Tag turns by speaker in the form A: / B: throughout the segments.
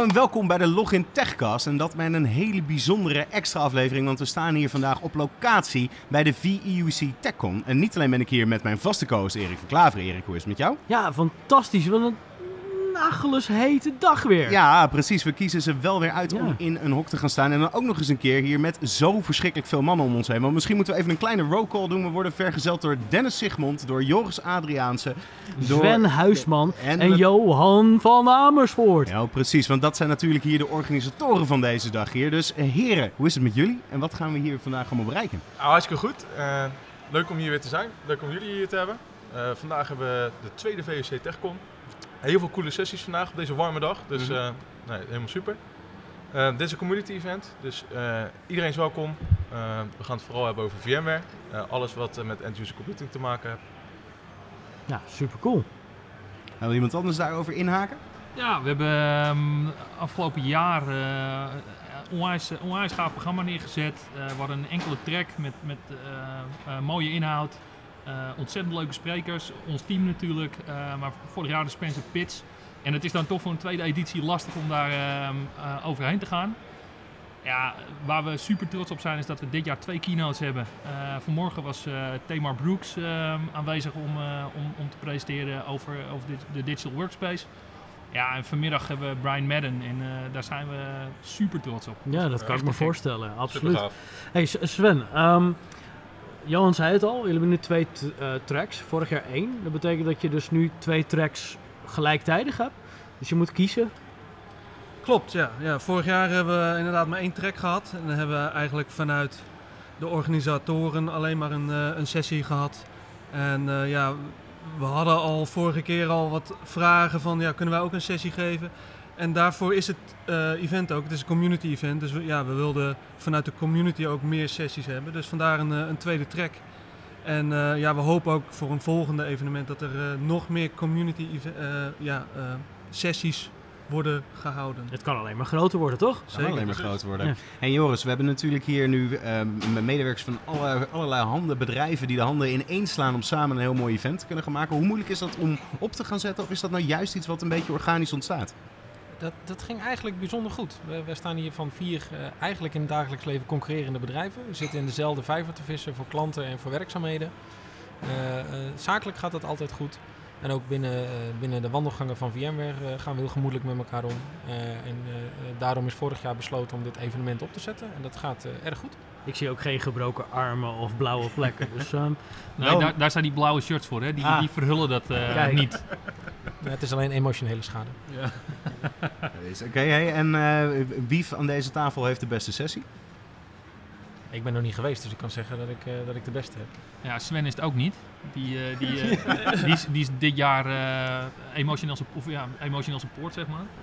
A: en welkom bij de Login Techcast. En dat met een hele bijzondere extra aflevering, want we staan hier vandaag op locatie bij de VEUC TechCon. En niet alleen ben ik hier met mijn vaste co-host Erik van Klaveren. Erik, hoe is het met jou?
B: Ja, fantastisch. Wat een nagelus hete dag weer.
A: Ja, precies. We kiezen ze wel weer uit om in een hok te gaan staan. En dan ook nog eens een keer hier met zo verschrikkelijk veel mannen om ons heen. Want misschien moeten we even een kleine roll call doen. We worden vergezeld door Dennis Sigmond, door Joris Adriaanse, door
B: Sven Huisman en Johan van Amersfoort.
A: Ja, precies. Want dat zijn natuurlijk hier de organisatoren van deze dag hier. Dus heren, hoe is het met jullie? En wat gaan we hier vandaag allemaal bereiken?
C: Hartstikke goed. Leuk om hier weer te zijn. Leuk om jullie hier te hebben. Vandaag hebben we de tweede VEUC TechCon. Heel veel coole sessies vandaag op deze warme dag, dus helemaal super. Dit is een community event, dus iedereen is welkom. We gaan het vooral hebben over VMware, alles wat met end-user computing te maken heeft.
B: Ja, super cool.
A: Wil iemand anders daarover inhaken?
D: Ja, we hebben afgelopen jaar onwijs gaaf programma neergezet. We hadden een enkele track met mooie inhoud. Ontzettend leuke sprekers, ons team natuurlijk, maar vorig jaar de Spencer Pitts. En het is dan toch voor een tweede editie lastig om daar overheen te gaan. Ja, waar we super trots op zijn is dat we dit jaar 2 keynotes hebben. Vanmorgen was Tamar Brooks aanwezig om te presenteren over de Digital Workspace. Ja, en vanmiddag hebben we Brian Madden en daar zijn we super trots op.
B: Ja, dat kan ik me voorstellen, absoluut.
C: Super
B: Hey Sven, Johan zei het al, jullie hebben nu 2 tracks, vorig jaar 1. Dat betekent dat je dus nu 2 tracks gelijktijdig hebt. Dus je moet kiezen.
E: Klopt, ja. Vorig jaar hebben we inderdaad maar 1 track gehad. En dan hebben we eigenlijk vanuit de organisatoren alleen maar een sessie gehad. En we hadden al vorige keer al wat vragen van, kunnen wij ook een sessie geven? En daarvoor is het event ook. Het is een community event. Dus we wilden vanuit de community ook meer sessies hebben. Dus vandaar een tweede track. En we hopen ook voor een volgende evenement dat er nog meer community sessies worden gehouden.
B: Het kan alleen maar groter worden, toch?
A: Het kan alleen maar groter worden.
B: Ja.
A: En Joris, we hebben natuurlijk hier nu medewerkers van allerlei handen, bedrijven die de handen ineens slaan om samen een heel mooi event te kunnen gaan maken. Hoe moeilijk is dat om op te gaan zetten? Of is dat nou juist iets wat een beetje organisch ontstaat?
F: Dat ging eigenlijk bijzonder goed. We staan hier van 4 eigenlijk in het dagelijks leven concurrerende bedrijven. We zitten in dezelfde vijver te vissen voor klanten en voor werkzaamheden. Zakelijk gaat dat altijd goed. En ook binnen de wandelgangen van VMware gaan we heel gemoedelijk met elkaar om. Daarom is vorig jaar besloten om dit evenement op te zetten. En dat gaat erg goed.
B: Ik zie ook geen gebroken armen of blauwe plekken. Dus,
D: Nee, daar zijn die blauwe shirts voor, hè? Die verhullen dat niet.
F: Ja, het is alleen emotionele schade.
D: Ja.
A: Oké, en wie aan deze tafel heeft de beste sessie?
F: Ik ben nog niet geweest, dus ik kan zeggen dat ik de beste heb.
D: Ja, Sven is het ook niet. Die is dit jaar emotioneel support, zeg maar.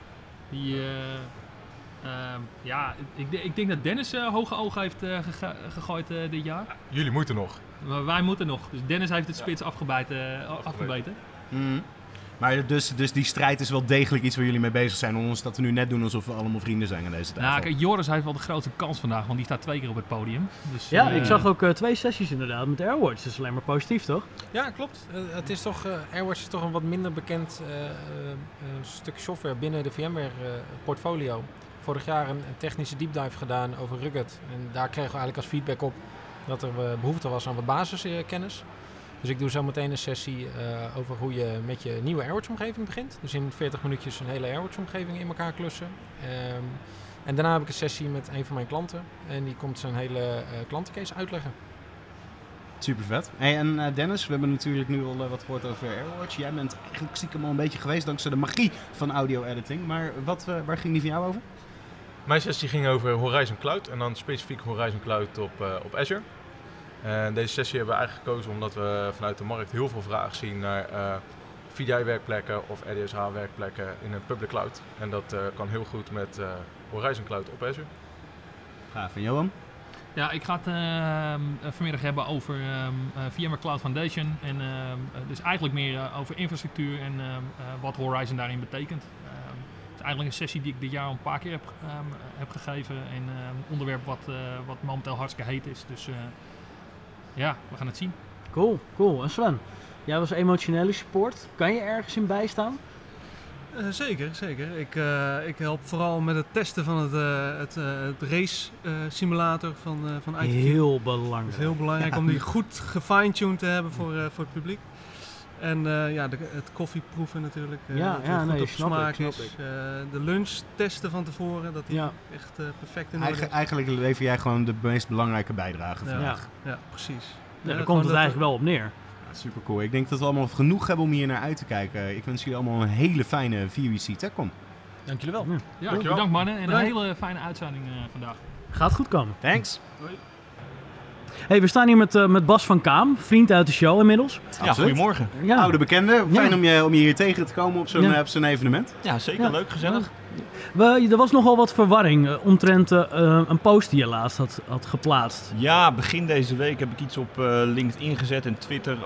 D: Ik denk dat Dennis hoge ogen heeft gegooid dit jaar.
C: Jullie moeten nog.
D: Maar wij moeten nog. Dus Dennis heeft het spits afgebeten.
A: Mm. Maar dus die strijd is wel degelijk iets waar jullie mee bezig zijn. Ondanks dat we nu net doen alsof we allemaal vrienden zijn aan deze tafel.
D: Nou, kijk, Joris heeft wel de grootste kans vandaag, want die staat 2 keer op het podium. Dus,
B: ik zag ook 2 sessies inderdaad met AirWatch. Dat is alleen maar positief, toch?
F: Ja, klopt. Het is toch, AirWatch is toch een wat minder bekend stuk software binnen de VMware portfolio. Vorig jaar een technische deep dive gedaan over Rugged. En daar kregen we eigenlijk als feedback op dat er behoefte was aan wat basiskennis. Dus ik doe zo meteen een sessie over hoe je met je nieuwe AirWatch-omgeving begint. Dus in 40 minuutjes een hele AirWatch-omgeving in elkaar klussen. En daarna heb ik een sessie met een van mijn klanten. En die komt zijn hele klantencase uitleggen.
A: Super vet. Hey, en Dennis, we hebben natuurlijk nu al wat gehoord over AirWatch. Jij bent eigenlijk stiekem al een beetje geweest dankzij de magie van audio editing. Maar waar ging die van jou over?
C: Mijn sessie ging over Horizon Cloud en dan specifiek Horizon Cloud op Azure. En deze sessie hebben we eigenlijk gekozen omdat we vanuit de markt heel veel vragen zien naar VDI-werkplekken of RDSH-werkplekken in een public cloud. En dat kan heel goed met Horizon Cloud op Azure.
A: Gaaf. En Johan?
D: Ja, ik ga het vanmiddag hebben over VMware Cloud Foundation. En dus eigenlijk meer over infrastructuur en wat Horizon daarin betekent. Het is eigenlijk een sessie die ik dit jaar al een paar keer heb gegeven. En een onderwerp wat momenteel hartstikke heet is. Dus ja, we gaan het zien.
B: Cool. En Sven, jij was emotionele support. Kan je ergens in bijstaan?
E: Zeker. Ik help vooral met het testen van het race simulator van ITQ.
B: Heel belangrijk.
E: Het is heel belangrijk om die goed gefine-tuned te hebben voor het publiek. En het koffieproeven natuurlijk. Goed op smaak is. De lunch testen van tevoren, dat die echt perfect in orde is.
A: Eigenlijk lever jij gewoon de meest belangrijke bijdrage vandaag.
E: Ja, precies.
B: Daar komt het eigenlijk wel op neer.
A: Super cool. Ik denk dat we allemaal genoeg hebben om hier naar uit te kijken. Ik wens jullie allemaal een hele fijne VUC TechCon.
F: Dank jullie wel.
D: Ja, bedankt mannen en een hele fijne uitzending vandaag.
B: Gaat goed komen.
A: Thanks.
B: Hey, we staan hier met Bas van Kaam, vriend uit de show inmiddels.
G: Ja, goedemorgen.
B: Ja.
A: Oude bekende. Fijn om je hier tegen te komen op zo'n evenement.
G: Ja, zeker. Leuk, gezellig.
B: Er was nogal wat verwarring omtrent een post die je laatst had geplaatst.
G: Ja, begin deze week heb ik iets op LinkedIn gezet en Twitter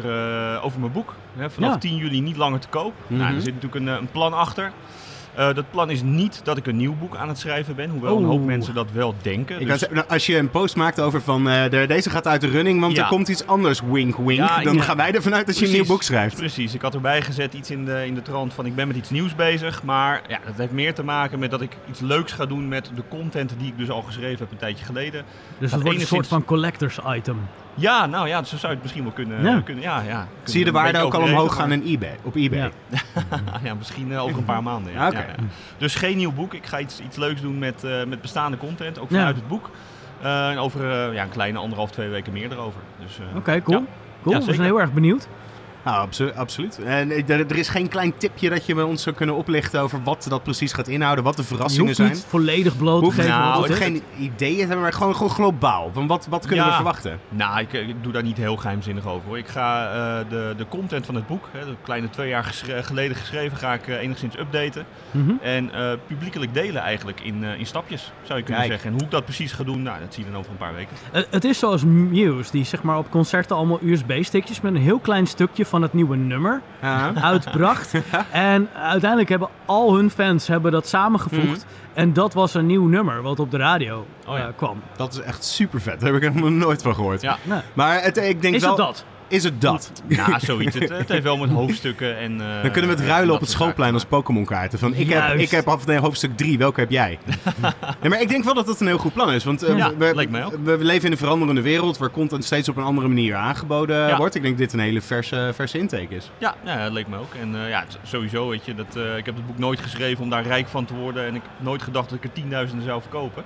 G: over mijn boek. Vanaf 10 juli niet langer te koop. Nou, er zit natuurlijk een plan achter. Dat plan is niet dat ik een nieuw boek aan het schrijven ben, hoewel een hoop mensen dat wel denken.
A: Als je een post maakt over van deze gaat uit de running, want er komt iets anders, wink wink, dan gaan wij ervan uit dat je een nieuw boek schrijft.
G: Precies, ik had erbij gezet iets in de trant van ik ben met iets nieuws bezig, maar ja, dat heeft meer te maken met dat ik iets leuks ga doen met de content die ik dus al geschreven heb een tijdje geleden.
B: Dus dat wordt een soort van collectors item.
G: Ja, nou ja, zo zou je het misschien wel kunnen.
A: Zie je de waarde ook al omhoog gaan op eBay?
G: Ja, misschien over een paar maanden. Ja.
A: Okay.
G: Ja. Dus geen nieuw boek. Ik ga iets leuks doen met bestaande content, ook vanuit het boek. En over een kleine 1,5-2 weken meer erover. Dus,
B: Oké, cool. We zijn heel erg benieuwd.
A: Nou, absoluut. En er is geen klein tipje dat je bij ons zou kunnen oplichten over wat dat precies gaat inhouden, wat de verrassingen zijn.
B: Je hoeft niet volledig bloot te geven.
A: Nou, geen ideeën te hebben, maar gewoon globaal. Van wat kunnen we verwachten?
G: Nou, ik doe daar niet heel geheimzinnig over, hoor. Ik ga de content van het boek, de kleine 2 jaar geleden geschreven, ga ik enigszins updaten. En publiekelijk delen eigenlijk in stapjes, zou je kunnen zeggen. En hoe ik dat precies ga doen, nou, dat zie je dan over een paar weken.
B: Het is zoals Muse, die zeg maar op concerten allemaal USB-stickjes met een heel klein stukje van het nieuwe nummer uitbracht. En uiteindelijk hebben al hun fans dat samengevoegd. En dat was een nieuw nummer wat op de radio kwam.
A: Dat is echt super vet. Daar heb ik er nog nooit van gehoord.
G: Ja.
B: Nee.
A: Maar ik denk
B: is
A: wel...
B: het dat?
A: Is het dat?
G: Ja, zoiets. Het heeft wel met hoofdstukken en...
A: dan kunnen we het ruilen op het schoolplein als Pokémon-kaarten. Van, ik heb af en toe hoofdstuk 3, welke heb jij? Nee, maar ik denk wel dat dat een heel goed plan is. Want
G: lijkt mij ook.
A: We leven in een veranderende wereld waar content steeds op een andere manier aangeboden wordt. Ik denk dat dit een hele verse intake is. Ja,
G: dat leek me ook. En sowieso, weet je, ik heb het boek nooit geschreven om daar rijk van te worden. En ik heb nooit gedacht dat ik er 10.000 zou verkopen.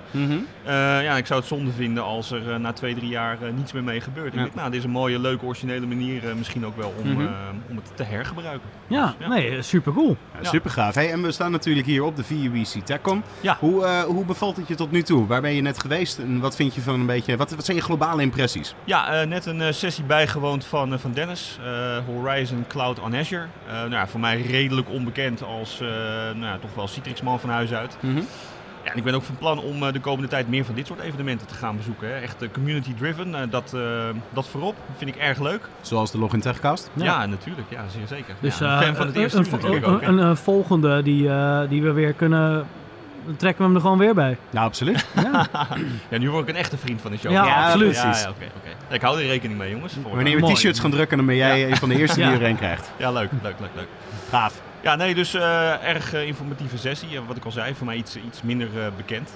G: Ik zou het zonde vinden als er na 2-3 jaar niets meer mee gebeurt. Ik denk, dit is een mooie, leuke, originele manier misschien ook wel om het te hergebruiken.
B: Nee, super cool.
A: Ja, super gaaf. Hey, en we staan natuurlijk hier op de VUC TechCon.
G: Ja.
A: Hoe bevalt het je tot nu toe? Waar ben je net geweest en wat vind je van een beetje... Wat zijn je globale impressies?
G: Ja, net een sessie bijgewoond van Dennis. Horizon Cloud on Azure. Voor mij redelijk onbekend als toch wel Citrix-man van huis uit. Ja, en ik ben ook van plan om de komende tijd meer van dit soort evenementen te gaan bezoeken. Hè. Echt community-driven, dat voorop. Dat vind ik erg leuk.
A: Zoals de Login Techcast?
G: Ja, natuurlijk. Ja, zeer zeker.
B: Dus
G: fan van het eerste uur natuurlijk ook.
B: Een volgende die we weer kunnen... Dan trekken we hem er gewoon weer bij.
A: Nou, absoluut.
G: Ja, nu word ik een echte vriend van de show.
B: Ja, absoluut.
G: Ja, oké. Ik hou er rekening mee, jongens.
A: Wanneer we t-shirts gaan drukken, dan ben jij een van de eerste die iedereen krijgt.
G: Ja, leuk.
A: Gaaf.
G: Ja, nee, dus erg informatieve sessie. Wat ik al zei, voor mij iets minder bekend.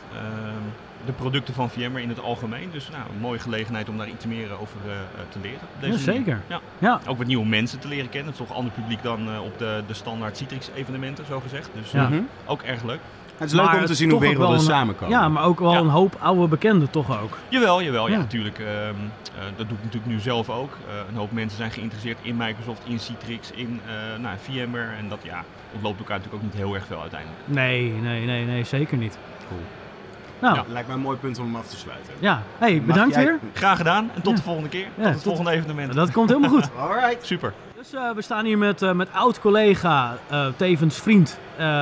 G: De producten van VMware in het algemeen. Dus een mooie gelegenheid om daar iets meer over te leren.
B: Zeker.
G: Ja. Ook wat nieuwe mensen te leren kennen. Het is toch een ander publiek dan op de standaard Citrix evenementen, zo gezegd. Dus ook erg leuk.
A: Het is leuk om te zien hoe werelden samenkomen.
B: Ja, maar ook wel een hoop oude bekenden toch ook.
G: Jawel. Ja, natuurlijk. Dat doe ik natuurlijk nu zelf ook. Een hoop mensen zijn geïnteresseerd in Microsoft, in Citrix, in VMware. En dat ontloopt elkaar natuurlijk ook niet heel erg veel uiteindelijk.
B: Nee, zeker niet.
A: Cool.
B: Nou,
A: lijkt mij een mooi punt om hem af te sluiten.
B: Ja, hey, bedankt weer.
G: Graag gedaan en tot de volgende keer. Tot het volgende evenement.
B: Dat komt helemaal goed.
A: Alright.
G: Super.
B: Dus we staan hier met oud-collega, tevens vriend,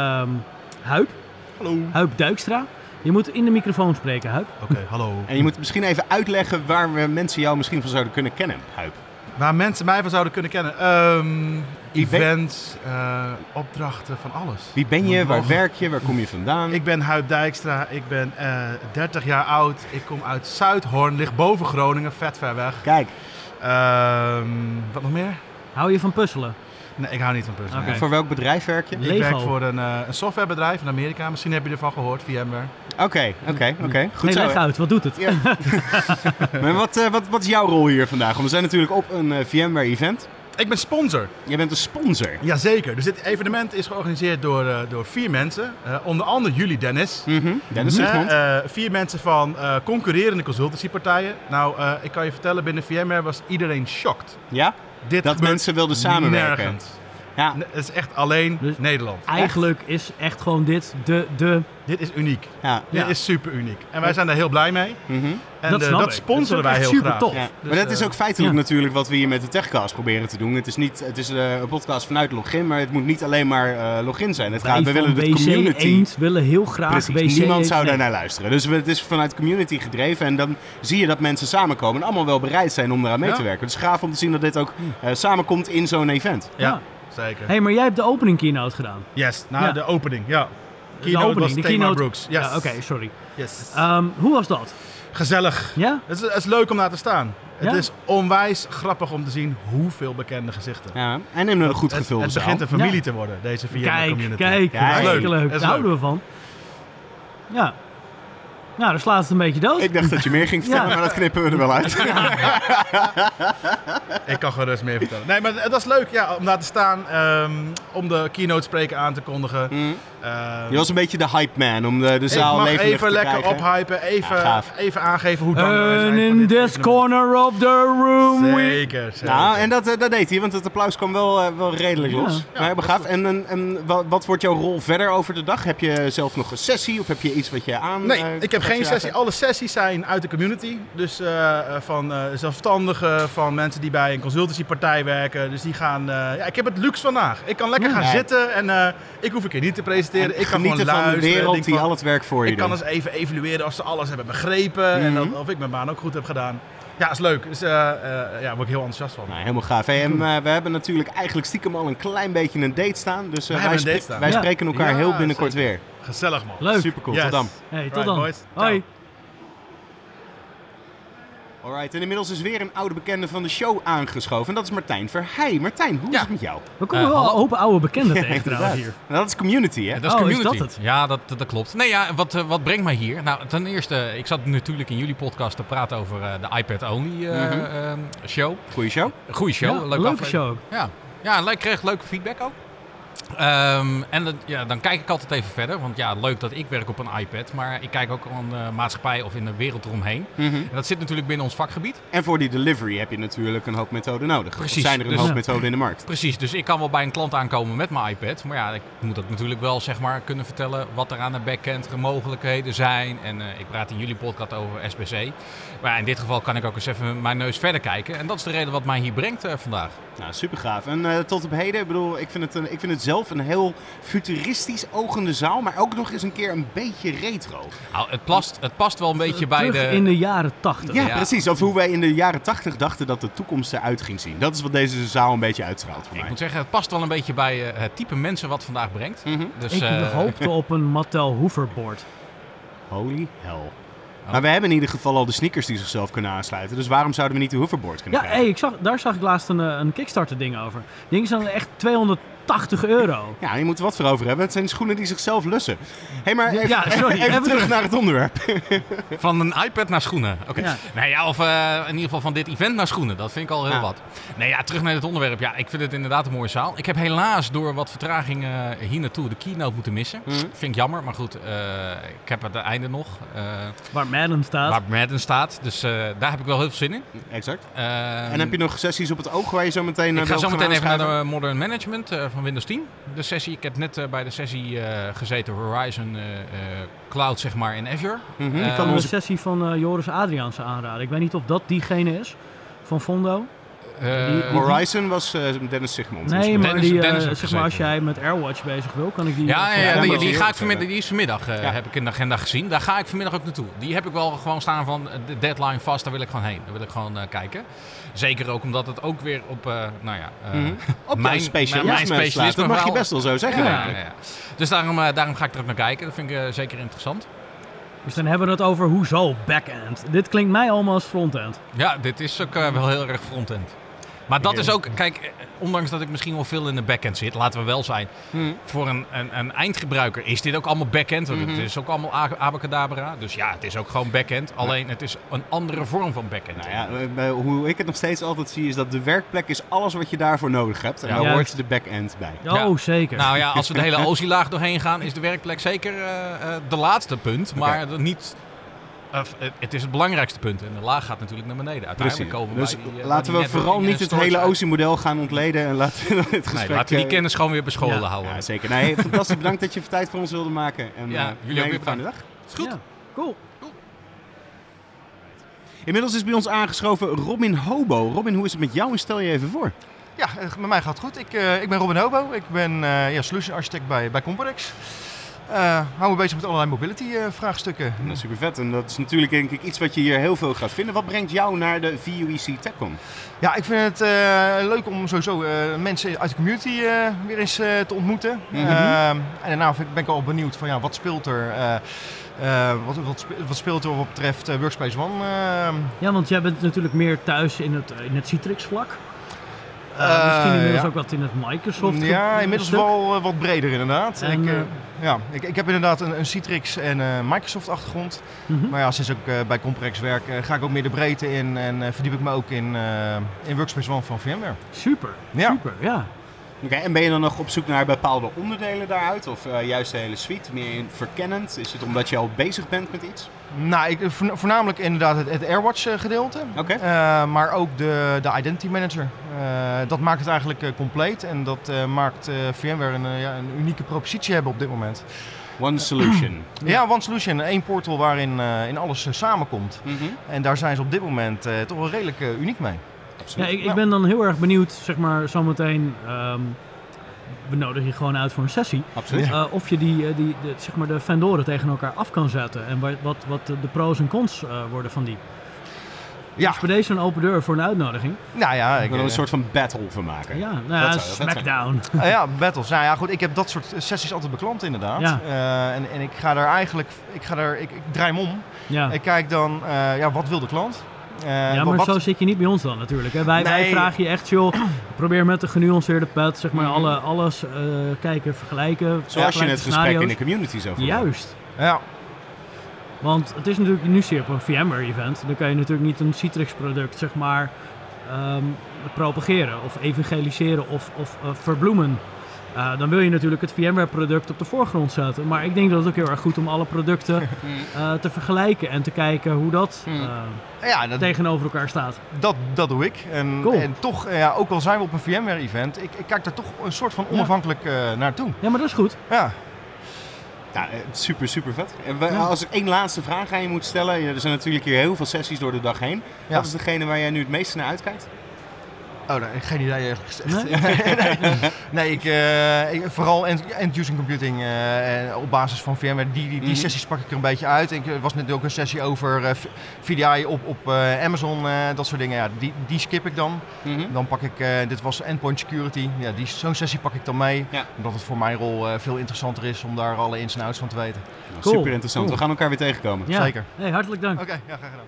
B: Huip.
H: Hallo.
B: Huip Duikstra. Je moet in de microfoon spreken, Huip.
H: Oké, hallo.
A: En je moet misschien even uitleggen waar mensen jou misschien van zouden kunnen kennen, Huip.
H: Waar mensen mij van zouden kunnen kennen? Events, opdrachten, van alles.
A: Wie ben je? Waar werk je? Waar kom je vandaan?
H: Ik ben Huip Dijkstra. Ik ben 30 jaar oud. Ik kom uit Zuidhorn. Ligt boven Groningen. Vet ver weg.
A: Kijk.
H: Wat nog meer?
B: Hou je van puzzelen?
H: Nee, ik hou niet van puzzelen.
B: Oké.
A: Voor welk bedrijf werk je?
B: Lego.
H: Ik werk voor een softwarebedrijf in Amerika. Misschien heb je ervan gehoord, VMware.
A: Oké. Goed zo.
B: Leg uit, wat doet het?
A: Ja. Maar wat is jouw rol hier vandaag? Want we zijn natuurlijk op een VMware-event.
H: Ik ben sponsor.
A: Jij bent een sponsor.
H: Jazeker. Dus dit evenement is georganiseerd door 4 mensen. Onder andere jullie, Dennis.
A: Dennis Sigmond.
H: 4 mensen van concurrerende consultancypartijen. Nou, ik kan je vertellen, binnen VMware was iedereen shocked.
A: Ja?
H: Dit
A: Dat
H: gebeurt
A: mensen wilden samenwerken.
H: nergens.
A: Ja.
H: Het is echt alleen
B: Dus
H: Nederland.
B: Eigenlijk is echt gewoon dit de...
H: Dit is uniek.
A: Ja.
H: Dit is super uniek. En wij zijn daar heel blij mee. En
B: Dat snap
H: dat
B: ik.
H: sponsoren
B: Dat
H: wij
B: is
H: heel
B: super
H: graag.
B: tof.
A: Ja,
B: Dus,
A: maar dat is ook feitelijk
B: ja.
A: natuurlijk wat we hier met de Techcast proberen te doen. Het is een podcast vanuit Login, maar het moet niet alleen maar Login zijn. We willen de community.
B: Eend willen heel graag
A: Precies,
B: WC
A: niemand zou
B: nee.
A: daar naar luisteren. Dus het is vanuit community gedreven en dan zie je dat mensen samenkomen en allemaal wel bereid zijn om eraan mee te werken. Dus gaaf om te zien dat dit ook samenkomt in zo'n event.
H: Ja, zeker.
B: Hey, maar jij hebt de opening keynote gedaan.
H: Yes,
B: Ja.
H: de opening, ja.
B: De opening,
H: was
B: de
H: Tamar
B: keynote.
H: Brooks. Yes.
B: Ja, oké, sorry.
H: Yes.
B: Hoe was dat?
H: Gezellig.
B: Ja?
H: Het is leuk om naar te staan.
B: Ja?
H: Het is onwijs grappig om te zien hoeveel bekende gezichten.
A: Ja, en in een goed gevulde
H: Het
A: zaal.
H: begint een familie
B: Ja.
H: te worden, deze VMware
B: Kijk,
H: community.
B: kijk.
A: Ja,
B: Hartstikke
H: leuk.
B: leuk.
H: Het is
B: Daar houden we van. Ja. Nou, dan slaat het een beetje dood.
A: Ik dacht dat je meer ging vertellen,
B: Ja.
A: maar dat knippen we er wel uit.
H: Ik kan gerust meer vertellen. Nee, maar het was leuk om daar te staan. Om de keynote spreker aan te kondigen.
A: Je was een beetje de hype man om de zaal
H: ik mag
A: levendig
H: even
A: te
H: lekker
A: krijgen.
H: ophypen.
A: gaaf.
H: Even aangeven hoe dankbaar wij zijn
B: And
H: voor
B: in
H: dit
B: this
H: evenement.
B: corner of the room we...
H: Zeker.
A: Nou, en dat deed hij, want het applaus kwam wel redelijk los.
H: Ja,
A: Maar gaaf. En wat wordt jouw rol verder over de dag? Heb je zelf nog een sessie of heb je iets wat je aan...
H: Nee, ik heb geen sessie. Alle sessies zijn uit de community. Dus van zelfstandigen, van mensen die bij een consultancypartij werken. Dus die gaan... ik heb het luxe vandaag. Ik kan lekker gaan zitten en ik hoef een keer niet te presenteren. Ik kan gewoon
A: genieten van de
H: luisteren.
A: wereld
H: Denk
A: die
H: van,
A: al het werk voor je
H: ik kan
A: doet.
H: eens even evalueren of ze alles hebben begrepen. En of ik mijn baan ook goed heb gedaan. Ja, is leuk. Dus daar word ik heel enthousiast van.
A: Nou, helemaal gaaf. Hey, en we hebben natuurlijk eigenlijk stiekem al een klein beetje een date staan. Dus
H: hebben een date staan.
A: wij
B: Ja.
A: spreken elkaar
H: Ja,
A: heel binnenkort
H: zeker.
A: weer.
H: Gezellig, man.
B: Leuk.
A: Super cool.
H: Yes.
A: Tot dan.
B: Hey, tot
H: Right,
B: dan.
H: boys.
B: Hoi.
A: Alright, en inmiddels is weer een oude bekende van de show aangeschoven. En dat is Martijn Verheij. Martijn, hoe is het met jou?
B: We komen wel een
I: hallo.
B: hoop oude bekenden tegen
A: inderdaad.
B: trouwens hier.
A: Nou, dat is community, hè?
I: Dat is
B: Oh, is
I: community.
B: dat het?
I: Ja, dat klopt. Nee, ja, wat brengt mij hier? Nou, ten eerste, ik zat natuurlijk in jullie podcast te praten over de iPad-only show.
A: Goeie show.
I: Goeie show.
B: Ja,
I: leuke
B: leuke
I: aflevering.
B: show.
I: Ja, ik kreeg leuke feedback ook. En dan kijk ik altijd even verder. Want ja, leuk dat ik werk op een iPad. Maar ik kijk ook aan de maatschappij of in de wereld eromheen. En dat zit natuurlijk binnen ons vakgebied.
A: En voor die delivery heb je natuurlijk een hoop methoden nodig.
I: Precies.
A: Of zijn er een
I: Dus-
A: hoop methoden in de markt?
I: Precies, dus ik kan wel bij een klant aankomen met mijn iPad. Maar ja, ik moet ook natuurlijk wel zeg maar kunnen vertellen wat er aan de backend mogelijkheden zijn. En ik praat in jullie podcast over SBC. Maar ja, in dit geval kan ik ook eens even mijn neus verder kijken. En dat is de reden wat mij hier brengt vandaag.
A: Nou, super gaaf. En tot op heden, ik bedoel, ik vind het zelf een heel futuristisch ogende zaal, maar ook nog eens een keer een beetje retro.
I: Nou, het past wel een beetje bij
B: Terug
I: de...
B: in de jaren 80.
A: Ja,
I: Ja.
A: precies. Of hoe wij in de jaren 80 dachten dat de toekomst eruit ging zien. Dat is wat deze zaal een beetje uitstraalt voor
I: Ik
A: mij.
I: moet zeggen, het past wel een beetje bij het type mensen wat vandaag brengt. Dus,
B: Ik hoopte op een Mattel hoverboard.
A: Holy hell. Maar we hebben in ieder geval al de sneakers die zichzelf kunnen aansluiten. Dus waarom zouden we niet de hoverboard kunnen
B: Ja,
A: krijgen?
B: hey, daar zag ik laatst een Kickstarter ding over. Die dingen zijn echt €280.
A: Ja, je moet er wat voor over hebben. Het zijn schoenen die zichzelf lussen. Hé, maar even,
B: Ja, sorry.
A: even
B: Even
A: terug
B: terug.
A: naar het onderwerp.
I: Van een iPad naar schoenen. Oké.
B: Ja.
I: Nou ja, of in ieder geval van dit event naar schoenen. Dat vind ik al heel
A: Ja.
I: wat. Nee, ja, terug naar het onderwerp. Ja, ik vind het inderdaad een mooie zaal. Ik heb helaas door wat vertraging hier naartoe de keynote moeten missen. Vind ik jammer, maar goed. Ik heb het einde nog.
B: Waar Madden staat.
I: Waar Madden staat. Dus daar heb ik wel heel veel zin in.
A: Exact. En heb je nog sessies op het oog waar je zo meteen
I: Ik ga
A: wil
I: zo
A: gaan
I: meteen even naar
A: aanschuiven?
I: de Modern Management van Windows 10. De sessie. Ik heb net bij de sessie gezeten Horizon Cloud, zeg maar, in Azure.
B: Ik kan een sessie van Joris Adriaanse aanraden. Ik weet niet of dat diegene is van Fondo.
A: Horizon was Dennis Sigmond.
B: Nee, maar
I: Dennis heeft
B: zeg
I: gezeten.
B: maar als jij met AirWatch bezig wil, kan ik die...
I: Ja,
A: maar
I: die
A: heel
I: ga ik
A: verder.
I: die is vanmiddag, heb ik in de agenda gezien. Daar ga ik vanmiddag ook naartoe. Die heb ik wel gewoon staan van de deadline vast, daar wil ik gewoon heen. Daar wil ik gewoon kijken. Zeker ook omdat het ook weer op,
A: Op
I: mijn
A: mijn specialisme
I: specialisme
A: slaat. Dat mag je
I: verhaal.
A: best wel zo zeggen,
I: Ja,
A: denk ik.
I: ja. Dus daarom ga ik er ook naar kijken. Dat vind ik zeker interessant.
B: Dus dan hebben we het over hoezo backend. Dit klinkt mij allemaal als frontend.
I: Ja, dit is ook wel heel erg frontend. Maar dat is ook, kijk, ondanks dat ik misschien wel veel in de backend zit, laten we wel zijn. Voor een eindgebruiker is dit ook allemaal backend. Want het is ook allemaal abacadabra. Dus ja, het is ook gewoon backend. Alleen het is een andere vorm van backend.
A: Nou ja, hoe ik het nog steeds altijd zie, is dat de werkplek is alles wat je daarvoor nodig hebt. En daar hoort de backend bij.
B: Oh, zeker.
I: Nou ja, als we de hele OSI-laag doorheen gaan, is de werkplek zeker de laatste punt. Maar niet... het is het belangrijkste punt. En de laag gaat natuurlijk naar beneden. Uiteindelijk komen
A: dus
I: bij die,
A: laten we vooral niet het hele OSI-model gaan ontleden. En laten we het gesprek...
I: laten we die kennis gewoon weer bescholen houden.
A: Ja, zeker. Nee, fantastisch. Bedankt dat je even tijd voor ons wilde maken. En
I: jullie ook weer
A: fijne dag.
I: Is goed.
B: Ja, cool.
A: Inmiddels is bij ons aangeschoven Robin Hobo. Robin, hoe is het met jou? En stel je even voor.
J: Ja, met mij gaat het goed. Ik ben Robin Hobo. Ik ben solution architect bij Compodex. Hou me bezig met allerlei mobility vraagstukken.
A: Nou, super vet. En dat is natuurlijk denk ik iets wat je hier heel veel gaat vinden. Wat brengt jou naar de VUEC TechCon?
J: Ja, ik vind het leuk om sowieso mensen uit de community weer eens te ontmoeten. En daarna ben ik al benieuwd van wat speelt er... wat speelt er wat betreft Workspace ONE?
B: Ja, want jij bent natuurlijk meer thuis in het Citrix-vlak. Misschien inmiddels ook wat in het Microsoft.
J: Ja, inmiddels wel wat breder inderdaad. Ik heb inderdaad een Citrix en Microsoft achtergrond. Maar ja, sinds ik bij Compodex werk, ga ik ook meer de breedte in en verdiep ik me ook in Workspace ONE van VMware.
B: Super, ja.
A: Oké, en ben je dan nog op zoek naar bepaalde onderdelen daaruit? Of juist de hele suite, meer verkennend? Is het omdat je al bezig bent met iets?
J: Nou, voornamelijk inderdaad het AirWatch gedeelte. Maar ook de Identity Manager. Dat maakt het eigenlijk compleet. En dat maakt VMware een unieke propositie hebben op dit moment.
A: One Solution.
J: Ja, One Solution. Één portal waarin in alles samenkomt. En daar zijn ze op dit moment toch wel redelijk uniek mee.
B: Ja, ik ben dan heel erg benieuwd, zeg maar, zometeen... we nodigen je gewoon uit voor een sessie.
A: Absoluut.
B: Of je de vendoren tegen elkaar af kan zetten. En wat de pros en cons worden van die. Ja. Dus bij deze een open deur voor een uitnodiging.
J: Nou ja,
A: ik wil er een soort van battle van maken.
B: Ja, Smackdown.
J: Battles. Nou ja, goed. Ik heb dat soort sessies altijd beklant inderdaad.
B: Ja.
J: En ik ga daar eigenlijk... Ik draai hem om.
B: Ja.
J: Ik kijk dan, wat wil de klant?
B: Maar zo zit je niet bij ons dan natuurlijk. Hè? Wij vragen je echt, joh, probeer met een genuanceerde pad, zeg maar, alles kijken, vergelijken.
A: Zoals je het gesprek in de community zo voert.
B: Juist.
J: Ja.
B: Want het is natuurlijk, nu zie je op een VMware-event, dan kan je natuurlijk niet een Citrix-product, zeg maar, propageren of evangeliseren of verbloemen. Dan wil je natuurlijk het VMware-product op de voorgrond zetten. Maar ik denk dat het ook heel erg goed om alle producten te vergelijken en te kijken hoe dat tegenover elkaar staat.
J: Dat doe ik. En toch, ook al zijn we op een VMware-event, ik kijk daar toch een soort van onafhankelijk naartoe.
B: Ja, maar dat is goed.
J: Ja.
A: Ja, super, super vet. Als ik één laatste vraag aan je moet stellen, er zijn natuurlijk hier heel veel sessies door de dag heen. Wat is degene waar jij nu het meeste naar uitkijkt?
J: Oh, nee, geen idee eerlijk gezegd. Nee, ik vooral end-user computing op basis van VMware. Die sessies pak ik er een beetje uit. Er was net ook een sessie over VDI op Amazon, dat soort dingen. Ja, die skip ik dan. Dan pak ik, dit was endpoint security. Ja, zo'n sessie pak ik dan mee. Ja. Omdat het voor mijn rol veel interessanter is om daar alle ins en outs van te weten.
A: Cool. Super interessant. We gaan elkaar weer tegenkomen.
B: Ja.
J: Zeker.
B: Hey, hartelijk dank.
J: Oké, graag gedaan.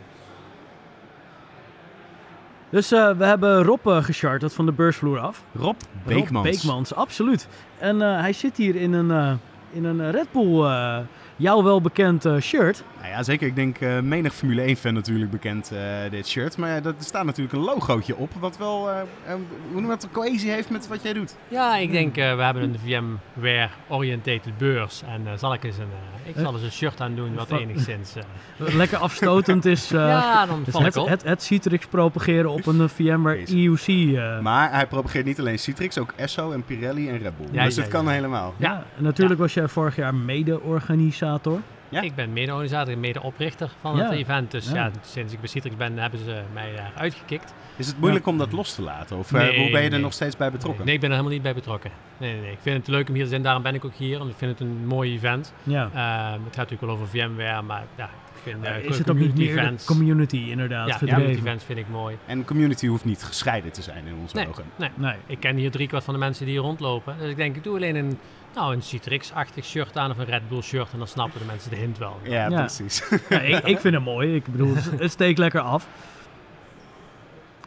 B: Dus we hebben Rob gecharterd van de beursvloer af.
A: Rob Beekmans,
B: absoluut. En hij zit hier in een Red Bull, jou wel bekend shirt.
A: Nou ja, zeker. Ik denk menig Formule 1-fan natuurlijk bekend dit shirt. Maar er staat natuurlijk een logootje op, wat wel, hoe noem dat, cohesie heeft met wat jij doet.
K: Ja, ik denk, we hebben een VMware-oriëntated beurs. En zal ik eens een shirt aan doen wat enigszins...
B: lekker afstotend is.
K: Ja, dan val ik op.
B: Het Citrix propageren op een VMware EUC.
A: Maar hij propageert niet alleen Citrix, ook Esso en Pirelli en Red Bull. Dus het kan helemaal.
B: Ja, en natuurlijk was jij vorig jaar mede-organisator.
K: Ja? Ik ben mede-organisator en mede-oprichter van het event. Dus sinds ik bij Citrix ben, hebben ze mij uitgekikt.
A: Is het moeilijk om dat los te laten? Of hoe ben je er nog steeds bij betrokken?
K: Nee, ik ben er helemaal niet bij betrokken. Nee. Ik vind het leuk om hier te zijn, daarom ben ik ook hier. Want ik vind het een mooi event. Ja. Het gaat natuurlijk wel over VMware, maar ik vind
B: is het ook niet meer events, de community inderdaad gedreven?
K: Community events vind ik mooi.
A: En community hoeft niet gescheiden te zijn in onze ogen.
K: Nee. Ik ken hier 3/4 van de mensen die hier rondlopen. Dus ik denk, ik doe alleen een Citrix-achtig shirt aan of een Red Bull shirt en dan snappen de mensen de hint wel.
A: Ja, precies.
B: Ik vind het mooi. Ik bedoel, het steekt lekker af.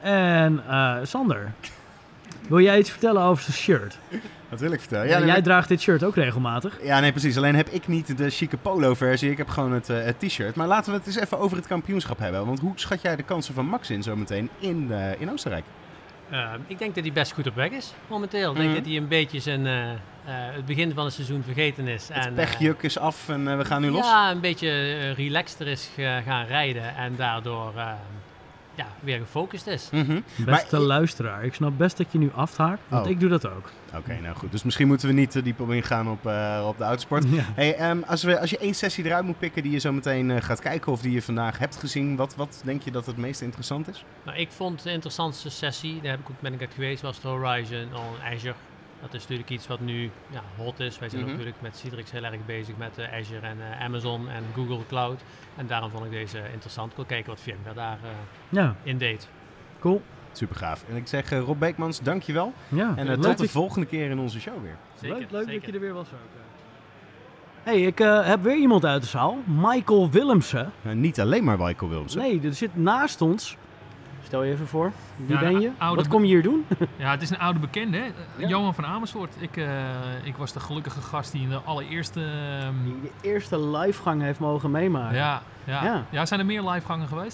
B: En Sander, wil jij iets vertellen over zijn shirt?
A: Wat wil ik vertellen?
B: Ja, jij draagt dit shirt ook regelmatig.
A: Ja, nee, precies. Alleen heb ik niet de chique polo-versie. Ik heb gewoon het t-shirt. Maar laten we het eens even over het kampioenschap hebben. Want hoe schat jij de kansen van Max in zometeen in Oostenrijk?
K: Ik denk dat hij best goed op weg is, momenteel. Ik denk dat hij een beetje zijn, het begin van het seizoen vergeten is.
A: Het pechjuk is af en we gaan nu los?
K: Ja, een beetje relaxter is gaan rijden en daardoor weer gefocust is.
B: Beste luisteraar, ik snap best dat je nu afhaakt, want ik doe dat ook.
A: Oké, nou goed. Dus misschien moeten we niet diep op ingaan op de autosport. Ja. Hey, als je één sessie eruit moet pikken die je zo meteen gaat kijken of die je vandaag hebt gezien, wat denk je dat het meest interessant is?
K: Nou, ik vond de interessantste sessie, daar ben ik uit geweest, was de Horizon on Azure. Dat is natuurlijk iets wat nu hot is. Wij zijn natuurlijk met Citrix heel erg bezig met Azure en Amazon en Google Cloud. En daarom vond ik deze interessant. Ik wil kijken wat VMware daar in deed.
B: Cool.
A: Super gaaf. En ik zeg Rob Beekmans, dankjewel.
B: Ja,
A: en tot de volgende keer in onze show weer.
K: Zeker,
B: leuk dat je er weer was ook. Hey, ik heb weer iemand uit de zaal. Michael Willemsen.
A: Niet alleen maar Michael Willemsen.
B: Nee, er zit naast ons. Stel je even voor. Wie ben je?
D: Wat
B: kom je hier doen?
D: Ja, het is een oude bekende, hè? Johan van Amersfoort. Ik was de gelukkige gast die in de allereerste...
B: Die de eerste livegang heeft mogen meemaken.
D: Ja, zijn er meer livegangen geweest?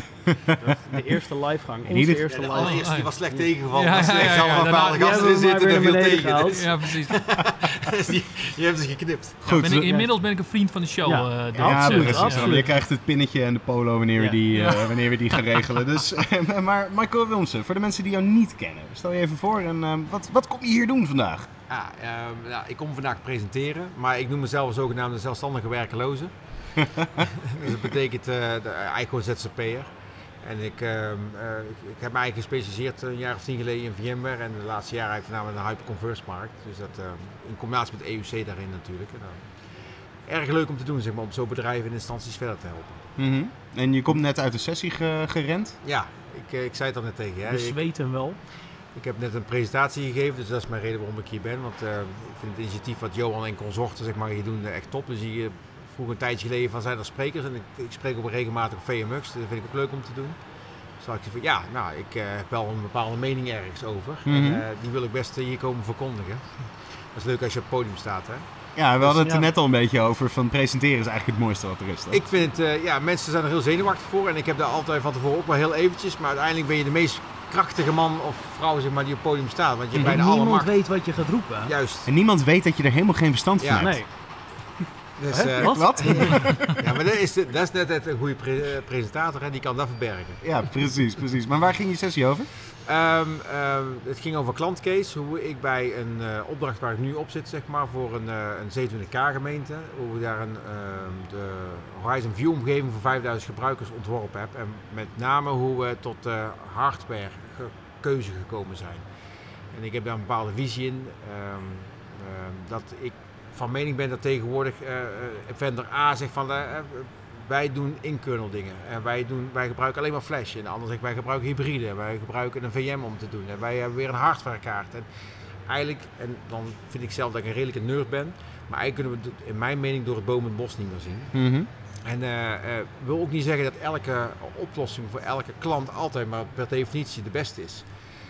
B: De eerste livegang. Onze eerste livegang.
L: De allereerste die was slecht tegengevallen. Slecht zelfbepaalde gasten erin zitten, er veel tegen.
D: Ja, precies.
L: Je hebt ze geknipt.
A: Goed,
D: inmiddels ben ik een vriend van de show.
A: Absoluut. Je krijgt het pinnetje en de polo wanneer we die gaan regelen. Dus, maar Michael Willemsen, voor de mensen die jou niet kennen, stel je even voor. En wat kom je hier doen vandaag?
L: Ik kom vandaag presenteren, maar ik noem mezelf een zogenaamde zelfstandige werkeloze. Dus dat betekent eigenlijk gewoon ZZP'er. En ik heb me eigenlijk gespecialiseerd een jaar of 10 geleden in VMware en de laatste jaren eigenlijk voornamelijk in de hyperconverged-markt. Dus dat in combinatie met EUC daarin natuurlijk. En, erg leuk om te doen, zeg maar, om zo bedrijven en instanties verder te helpen.
A: En je komt net uit de sessie gerend?
L: Ja, ik zei het al net tegen je.
B: We zweten wel.
L: Ik heb net een presentatie gegeven, dus dat is mijn reden waarom ik hier ben. Want ik vind het initiatief wat Johan en consorten zeg maar, hier doen echt top. Dus hier vroeg een tijdje geleden van zijn er sprekers en ik spreek ook regelmatig op VMUX. Dat vind ik ook leuk om te doen. Dus had ik van ik heb wel een bepaalde mening ergens over. En die wil ik best hier komen verkondigen. Dat is leuk als je op het podium staat, hè.
A: Ja, we hadden het er net al een beetje over. Van presenteren is eigenlijk het mooiste wat er is. Toch?
L: Ik vind mensen zijn er heel zenuwachtig voor. En ik heb daar altijd van tevoren ook wel heel eventjes. Maar uiteindelijk ben je de meest krachtige man of vrouw zeg maar, die op het podium staat. Want je hebt bijna alle macht.
B: Niemand weet wat je gaat roepen.
L: Juist.
A: En niemand weet dat je er helemaal geen verstand van hebt.
B: Nee.
L: Dus,
A: wat?
L: Ja, maar dat is net een goede presentator, hè? Die kan dat verbergen.
A: Ja, precies. Maar waar ging je sessie over?
L: Het ging over klantcase, hoe ik bij een opdracht waar ik nu op zit, zeg maar, voor een 27K gemeente, hoe we daar de Horizon View omgeving voor 5000 gebruikers ontworpen heb. En met name hoe we tot hardware keuze gekomen zijn. En ik heb daar een bepaalde visie in, dat ik van mening ben dat tegenwoordig vendor A zegt van wij doen in-kernel dingen en wij gebruiken alleen maar flash. En de ander zegt wij gebruiken hybride, wij gebruiken een VM om te doen en wij hebben weer een hardwarekaart. En eigenlijk, en dan vind ik zelf dat ik een redelijke nerd ben, maar eigenlijk kunnen we het in mijn mening door het boom het bos niet meer zien. En wil ook niet zeggen dat elke oplossing voor elke klant altijd maar per definitie de beste is.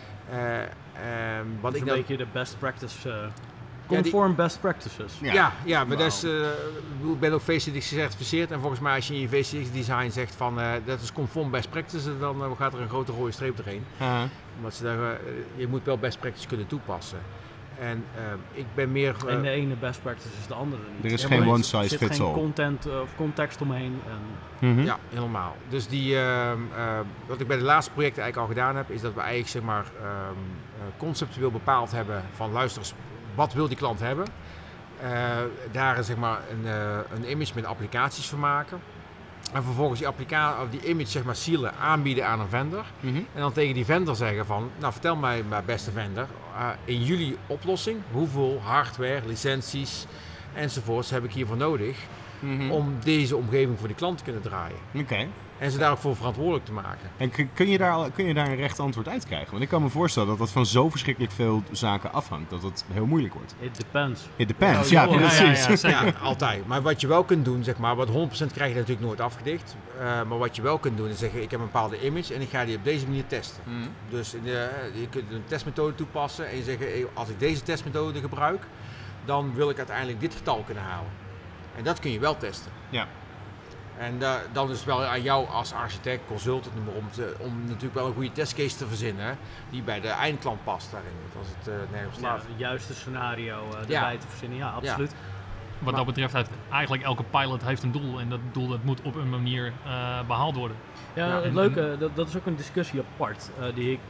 B: Wat een beetje de best practice... Conform best practices.
L: Ja, maar dat is, ik ben ook VCDX gecertificeerd en volgens mij als je in je VCDX design zegt van dat is conform best practices, dan gaat er een grote rode streep doorheen. Omdat ze je moet wel best practices kunnen toepassen. En ik ben meer...
B: en de ene best practice is de andere niet.
A: Er is geen one size fits all.
B: Er zit geen content of context omheen.
L: Ja, helemaal. Dus wat ik bij de laatste projecten eigenlijk al gedaan heb, is dat we eigenlijk zeg maar conceptueel bepaald hebben van luister eens, wat wil die klant hebben? Daar zeg maar een image met applicaties van maken. En vervolgens die image zeg maar sealen, aanbieden aan een vendor. En dan tegen die vendor zeggen van, nou vertel mij beste vendor, in jullie oplossing, hoeveel hardware, licenties enzovoorts heb ik hiervoor nodig om deze omgeving voor die klant te kunnen draaien.
A: Oké.
L: En ze daar ook voor verantwoordelijk te maken.
A: En kun je daar een recht antwoord uit krijgen? Want ik kan me voorstellen dat dat van zo verschrikkelijk veel zaken afhangt, dat het heel moeilijk wordt.
B: It depends.
A: It depends, ja, precies.
L: Ja, altijd. Maar wat je wel kunt doen, zeg maar, wat 100% krijg je natuurlijk nooit afgedicht. Maar wat je wel kunt doen is zeggen, ik heb een bepaalde image en ik ga die op deze manier testen. Dus je kunt een testmethode toepassen en je zegt, als ik deze testmethode gebruik, dan wil ik uiteindelijk dit getal kunnen halen. En dat kun je wel testen.
A: Ja. En
L: dan is het wel aan jou als architect, consultant, om natuurlijk wel een goede testcase te verzinnen die bij de eindklant past daarin. Als het nergens slaat.
B: Het juiste scenario erbij te verzinnen, ja, absoluut. Ja.
D: Wat dat betreft heeft eigenlijk elke pilot heeft een doel en dat doel dat moet op een manier behaald worden.
B: Ja, het leuke, dat is ook een discussie apart die ik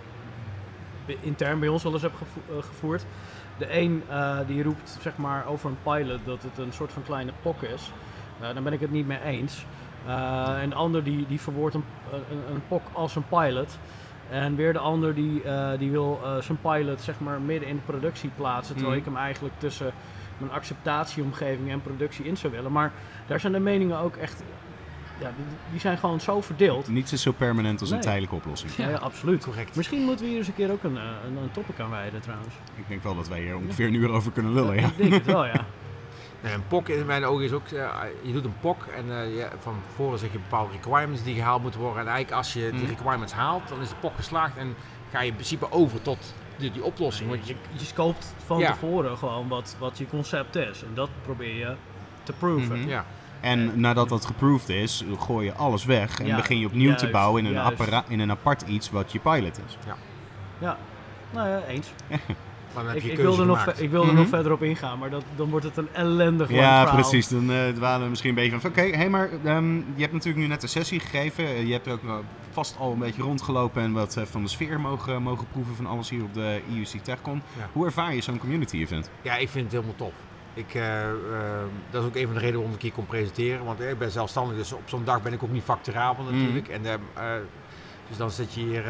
B: intern bij ons wel eens heb gevoerd. De een die roept zeg maar over een pilot dat het een soort van kleine POC is. Daar ben ik het niet mee eens. En de ander die verwoordt een POC als een pilot. En weer de ander die wil zijn pilot zeg maar midden in de productie plaatsen. Terwijl ik hem eigenlijk tussen mijn acceptatieomgeving en productie in zou willen. Maar daar zijn de meningen ook echt... Ja, die zijn gewoon zo verdeeld.
A: Niets is zo permanent als een tijdelijke oplossing.
B: Ja, absoluut. Correct. Misschien moeten we hier eens een keer ook een topic aan wijden trouwens.
A: Ik denk wel dat wij hier ongeveer een uur over kunnen lullen. Ja.
B: Ik denk het wel, ja.
L: Een POC in mijn ogen is ook, je doet een POC en van voren zeg je bepaalde requirements die gehaald moeten worden. En eigenlijk als je die requirements haalt, dan is de POC geslaagd en ga je in principe over tot die oplossing.
B: Want je scoopt van tevoren gewoon wat je concept is. En dat probeer je te proven.
L: Ja.
A: En nadat dat geproved is, gooi je alles weg en begin je opnieuw te bouwen in een apart iets wat je pilot is.
B: Ja, nou ja, eens.
L: Ik
B: wil er nog verder op ingaan, maar dan wordt het een ellendig lang verhaal.
A: Ja, precies. Dan dwalen we misschien een beetje van... Oké, maar je hebt natuurlijk nu net een sessie gegeven. Je hebt er ook vast al een beetje rondgelopen en wat van de sfeer mogen proeven van alles hier op de IUC TechCon. Ja. Hoe ervaar je zo'n community event?
L: Ja, ik vind het helemaal top. Dat is ook een van de redenen waarom ik hier kon presenteren. Want ik ben zelfstandig, dus op zo'n dag ben ik ook niet facturabel natuurlijk. En, dus dan zit je hier...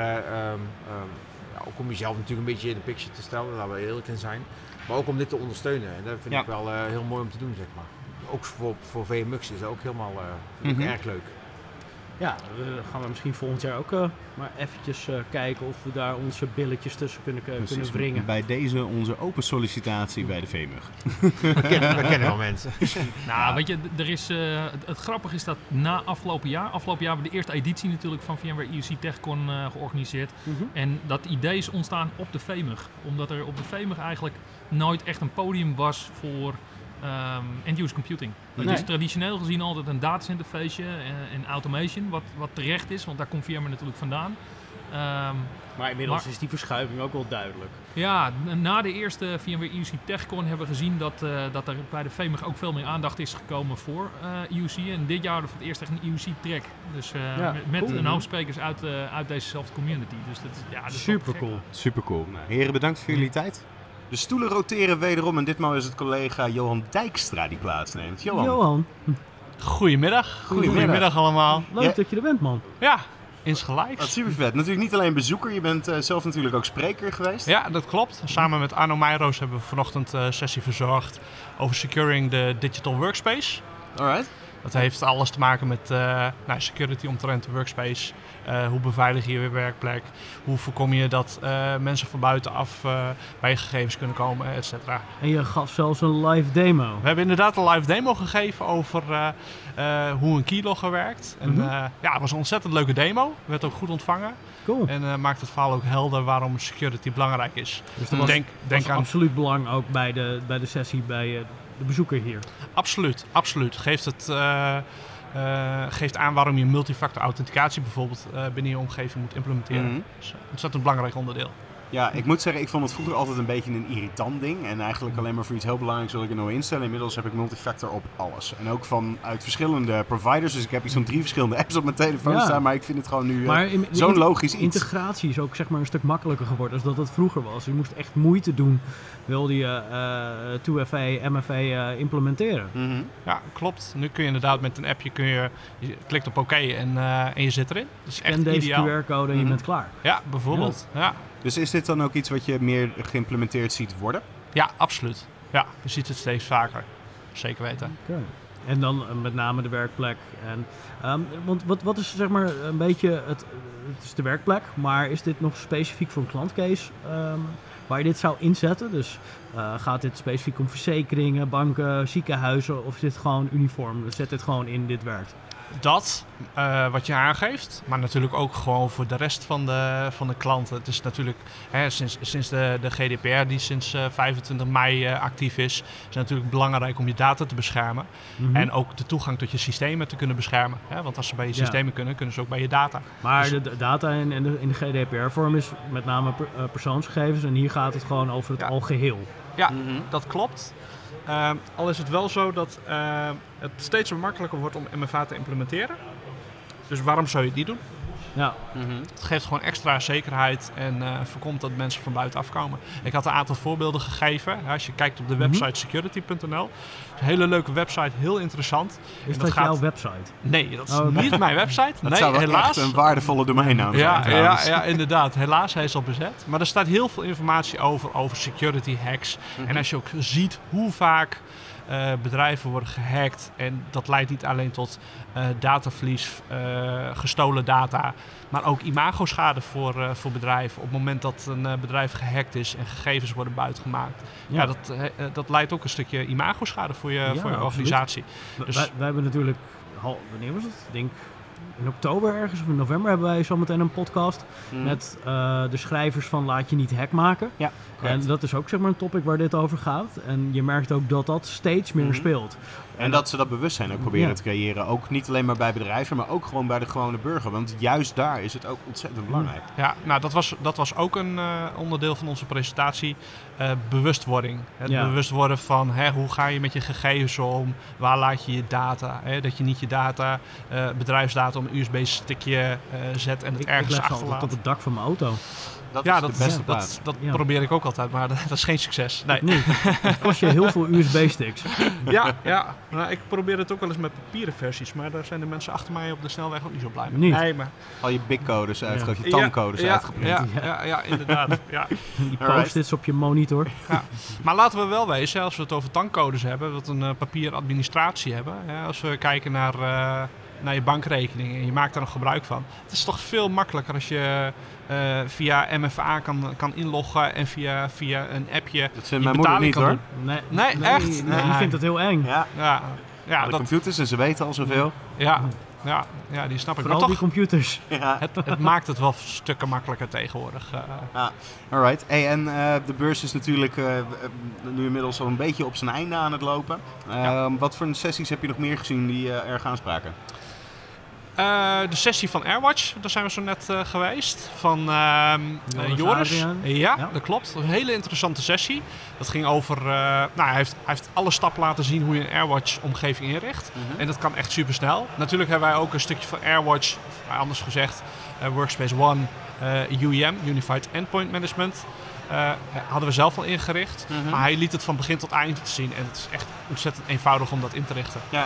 L: ook om jezelf natuurlijk een beetje in de picture te stellen, laten we eerlijk in zijn. Maar ook om dit te ondersteunen. En dat vind ik wel heel mooi om te doen, zeg maar. Ook voor VMUX is dat ook helemaal erg leuk.
B: Ja, gaan we misschien volgend jaar ook maar eventjes kijken of we daar onze billetjes tussen kunnen wringen.
A: Bij deze onze open sollicitatie bij de VMUG.
L: We kennen wel mensen.
D: Nou, weet je, er is, het grappige is dat afgelopen jaar hebben we de eerste editie natuurlijk van VMware IUC TechCon georganiseerd. En dat idee is ontstaan op de VMUG. Omdat er op de VMUG eigenlijk nooit echt een podium was voor... end-user computing. Het is traditioneel gezien altijd een datacenterfeestje en automation, wat terecht is, want daar komt VMware natuurlijk vandaan.
B: Maar inmiddels is die verschuiving ook wel duidelijk.
D: Ja, na de eerste VMware IUC TechCon hebben we gezien dat er bij de VMware ook veel meer aandacht is gekomen voor IUC. En dit jaar voor het eerst echt een IUC-track. Dus met een hoop sprekers uit dezezelfde community. Dus dat is
B: super cool.
A: Super cool. Nou, heren, bedankt voor jullie tijd. De stoelen roteren wederom en ditmaal is het collega Johan Dijkstra die plaatsneemt.
B: Johan.
M: Goedemiddag. Goedemiddag allemaal.
B: Leuk dat je er bent, man.
M: Ja, insgelijks.
A: Wat super vet. Natuurlijk niet alleen bezoeker, je bent zelf natuurlijk ook spreker geweest.
M: Ja, dat klopt. Samen met Arno Meijroos hebben we vanochtend een sessie verzorgd over securing de digital workspace.
A: Alright.
M: Dat heeft alles te maken met security omtrent de workspace. Hoe beveilig je je werkplek? Hoe voorkom je dat mensen van buitenaf bij je gegevens kunnen komen, et cetera.
B: En je gaf zelfs een live demo.
M: We hebben inderdaad een live demo gegeven over hoe een keylogger werkt. En, het was een ontzettend leuke demo. Werd ook goed ontvangen.
B: Cool.
M: En maakt het verhaal ook helder waarom security belangrijk is.
B: Dus dat was aan absoluut belang ook bij de sessie bij de bezoeker hier.
M: Absoluut. Geeft aan waarom je multifactor authenticatie bijvoorbeeld binnen je omgeving moet implementeren. Dat is een ontzettend belangrijk onderdeel.
A: Ja, ik moet zeggen, ik vond het vroeger altijd een beetje een irritant ding. En eigenlijk alleen maar voor iets heel belangrijks wil ik het nou instellen. Inmiddels heb ik multifactor op alles. En ook uit verschillende providers. Dus ik heb iets van 3 verschillende apps op mijn telefoon staan. Maar ik vind het gewoon nu zo'n logisch iets.
B: Integratie is ook zeg maar een stuk makkelijker geworden dan dat het vroeger was. Je moest echt moeite doen, wilde je 2FA, MFA implementeren.
M: Ja, klopt. Nu kun je inderdaad met een appje, je klikt op oké en je zit erin. Dat is echt
B: en deze
M: ideaal.
B: QR-code en je bent klaar.
M: Ja, bijvoorbeeld. Ja.
A: Dus is dit dan ook iets wat je meer geïmplementeerd ziet worden?
M: Ja, absoluut. Ja, je ziet het steeds vaker. zeker weten.
B: Okay. En dan met name de werkplek. Want wat is zeg maar een beetje het is de werkplek, maar is dit nog specifiek voor een klantcase waar je dit zou inzetten? Dus gaat dit specifiek om verzekeringen, banken, ziekenhuizen of is dit gewoon uniform? Zet dit gewoon in, dit werkt?
M: Dat, wat je aangeeft, maar natuurlijk ook gewoon voor de rest van de klanten. Het is natuurlijk, sinds de GDPR die sinds 25 mei actief is het natuurlijk belangrijk om je data te beschermen. Mm-hmm. En ook de toegang tot je systemen te kunnen beschermen. Want als ze bij je systemen kunnen ze ook bij je data.
B: Maar dus de data in de GDPR-vorm is met name persoonsgegevens en hier gaat het gewoon over het algeheel.
M: Ja, dat klopt. Al is het wel zo dat het steeds makkelijker wordt om MFA te implementeren. Dus waarom zou je die doen?
B: Ja.
M: Het geeft gewoon extra zekerheid en voorkomt dat mensen van buitenaf komen. Ik had een aantal voorbeelden gegeven. Als je kijkt op de website security.nl. Het is een hele leuke website, heel interessant.
B: Is dat jouw website?
M: Nee, dat is niet mijn website.
A: Dat zou wel helaas echt een waardevolle domeinnaam zijn.
M: Ja, inderdaad. Helaas, hij is al bezet. Maar er staat heel veel informatie over security hacks. En als je ook ziet hoe vaak bedrijven worden gehackt en dat leidt niet alleen tot dataverlies, gestolen data, maar ook imagoschade voor bedrijven. Op het moment dat een bedrijf gehackt is en gegevens worden buitgemaakt, dat leidt ook een stukje imagoschade voor je organisatie. Dus
B: wij hebben natuurlijk, wanneer was het? Ik denk in oktober ergens of in november hebben wij zometeen een podcast met de schrijvers van Laat je niet hack maken.
A: Ja,
B: en dat is ook zeg maar een topic waar dit over gaat. En je merkt ook dat dat steeds meer speelt.
A: En dat ze dat bewustzijn ook proberen te creëren. Ook niet alleen maar bij bedrijven, maar ook gewoon bij de gewone burger. Want juist daar is het ook ontzettend belangrijk.
M: Ja, nou dat was ook een onderdeel van onze presentatie. Bewustwording. Het bewust worden van hoe ga je met je gegevens om? Waar laat je je data? Dat je niet je data, bedrijfsdata om een USB-stickje zet en het ergens achterlaat.
B: Ik leg op het dak van mijn auto.
M: Dat probeer ik ook altijd, maar dat is geen succes. Nee.
B: Het kost je heel veel USB-sticks.
M: Ja. Nou, ik probeer het ook wel eens met papieren versies, maar daar zijn de mensen achter mij op de snelweg ook niet zo blij mee.
B: Nee,
M: maar
A: al je BIC-codes uitgeprint, je TAM-codes uitgeprint.
M: Ja, inderdaad. Ja.
B: Die post-its op je monitor.
M: Ja. Maar laten we wel wezen, als we het over TAM-codes hebben, dat we een papieradministratie hebben. Als we kijken naar je bankrekening en je maakt daar nog gebruik van. Het is toch veel makkelijker als je via MFA kan inloggen en via een appje.
A: Dat vindt mijn moeder niet hoor.
M: Nee, echt?
B: Nee, die vindt het heel eng.
A: Ja, de computers en ze weten al zoveel.
M: Ja, die snap ik.
B: Vooral
M: maar
B: die computers.
M: Ja. Het maakt het wel stukken makkelijker tegenwoordig.
A: Alright. Hey, en de beurs is natuurlijk nu inmiddels al een beetje op zijn einde aan het lopen. Wat voor sessies heb je nog meer gezien die erg aanspraken?
M: De sessie van Airwatch, daar zijn we zo net geweest, van Joris. Ja, dat klopt. Een hele interessante sessie. Dat ging over, hij heeft alle stappen laten zien hoe je een Airwatch-omgeving inricht. En dat kan echt super snel. Natuurlijk hebben wij ook een stukje van Airwatch, anders gezegd Workspace ONE, UEM, Unified Endpoint Management. Hadden we zelf al ingericht, maar hij liet het van begin tot eind zien. En het is echt ontzettend eenvoudig om dat in te richten.
A: Ja.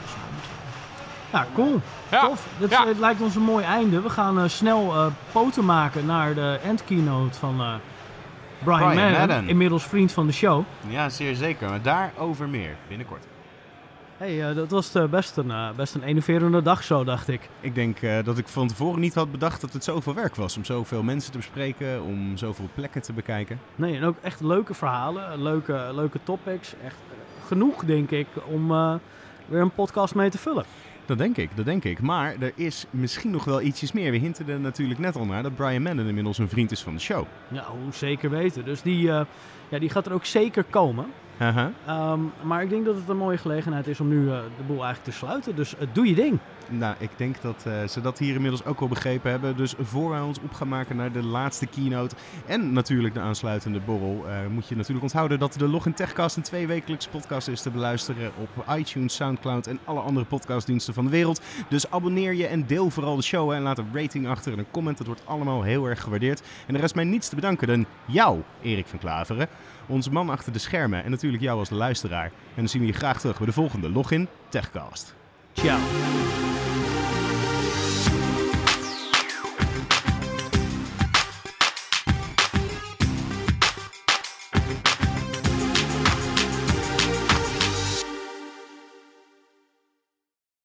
B: Ja, cool. Tof. Het lijkt ons een mooi einde. We gaan snel poten maken naar de endkeynote van Brian Madden. Inmiddels vriend van de show.
A: Ja, zeer zeker. Maar daarover meer binnenkort.
B: Hey, dat was best een enerverende dag zo, dacht ik.
A: Ik denk dat ik van tevoren niet had bedacht dat het zoveel werk was. Om zoveel mensen te bespreken, om zoveel plekken te bekijken.
B: Nee, en ook echt leuke verhalen, leuke topics. Echt genoeg, denk ik, om weer een podcast mee te vullen.
A: Dat denk ik. Maar er is misschien nog wel ietsjes meer. We hinten er natuurlijk net al naar dat Brian Madden inmiddels een vriend is van de show.
B: Ja, zeker weten. Dus die gaat er ook zeker komen. Maar ik denk dat het een mooie gelegenheid is om nu de boel eigenlijk te sluiten. Dus doe je ding.
A: Nou, ik denk dat ze dat hier inmiddels ook al begrepen hebben. Dus voor wij ons op gaan maken naar de laatste keynote en natuurlijk de aansluitende borrel, moet je natuurlijk onthouden dat de Login Techcast een 2-wekelijkse podcast is te beluisteren op iTunes, Soundcloud en alle andere podcastdiensten van de wereld. Dus abonneer je en deel vooral de show en laat een rating achter en een comment. Dat wordt allemaal heel erg gewaardeerd. En er rest mij niets te bedanken dan jou, Erik van Klaveren, onze man achter de schermen en natuurlijk jou als luisteraar. En dan zien we je graag terug bij de volgende Login Techcast.
B: Ciao.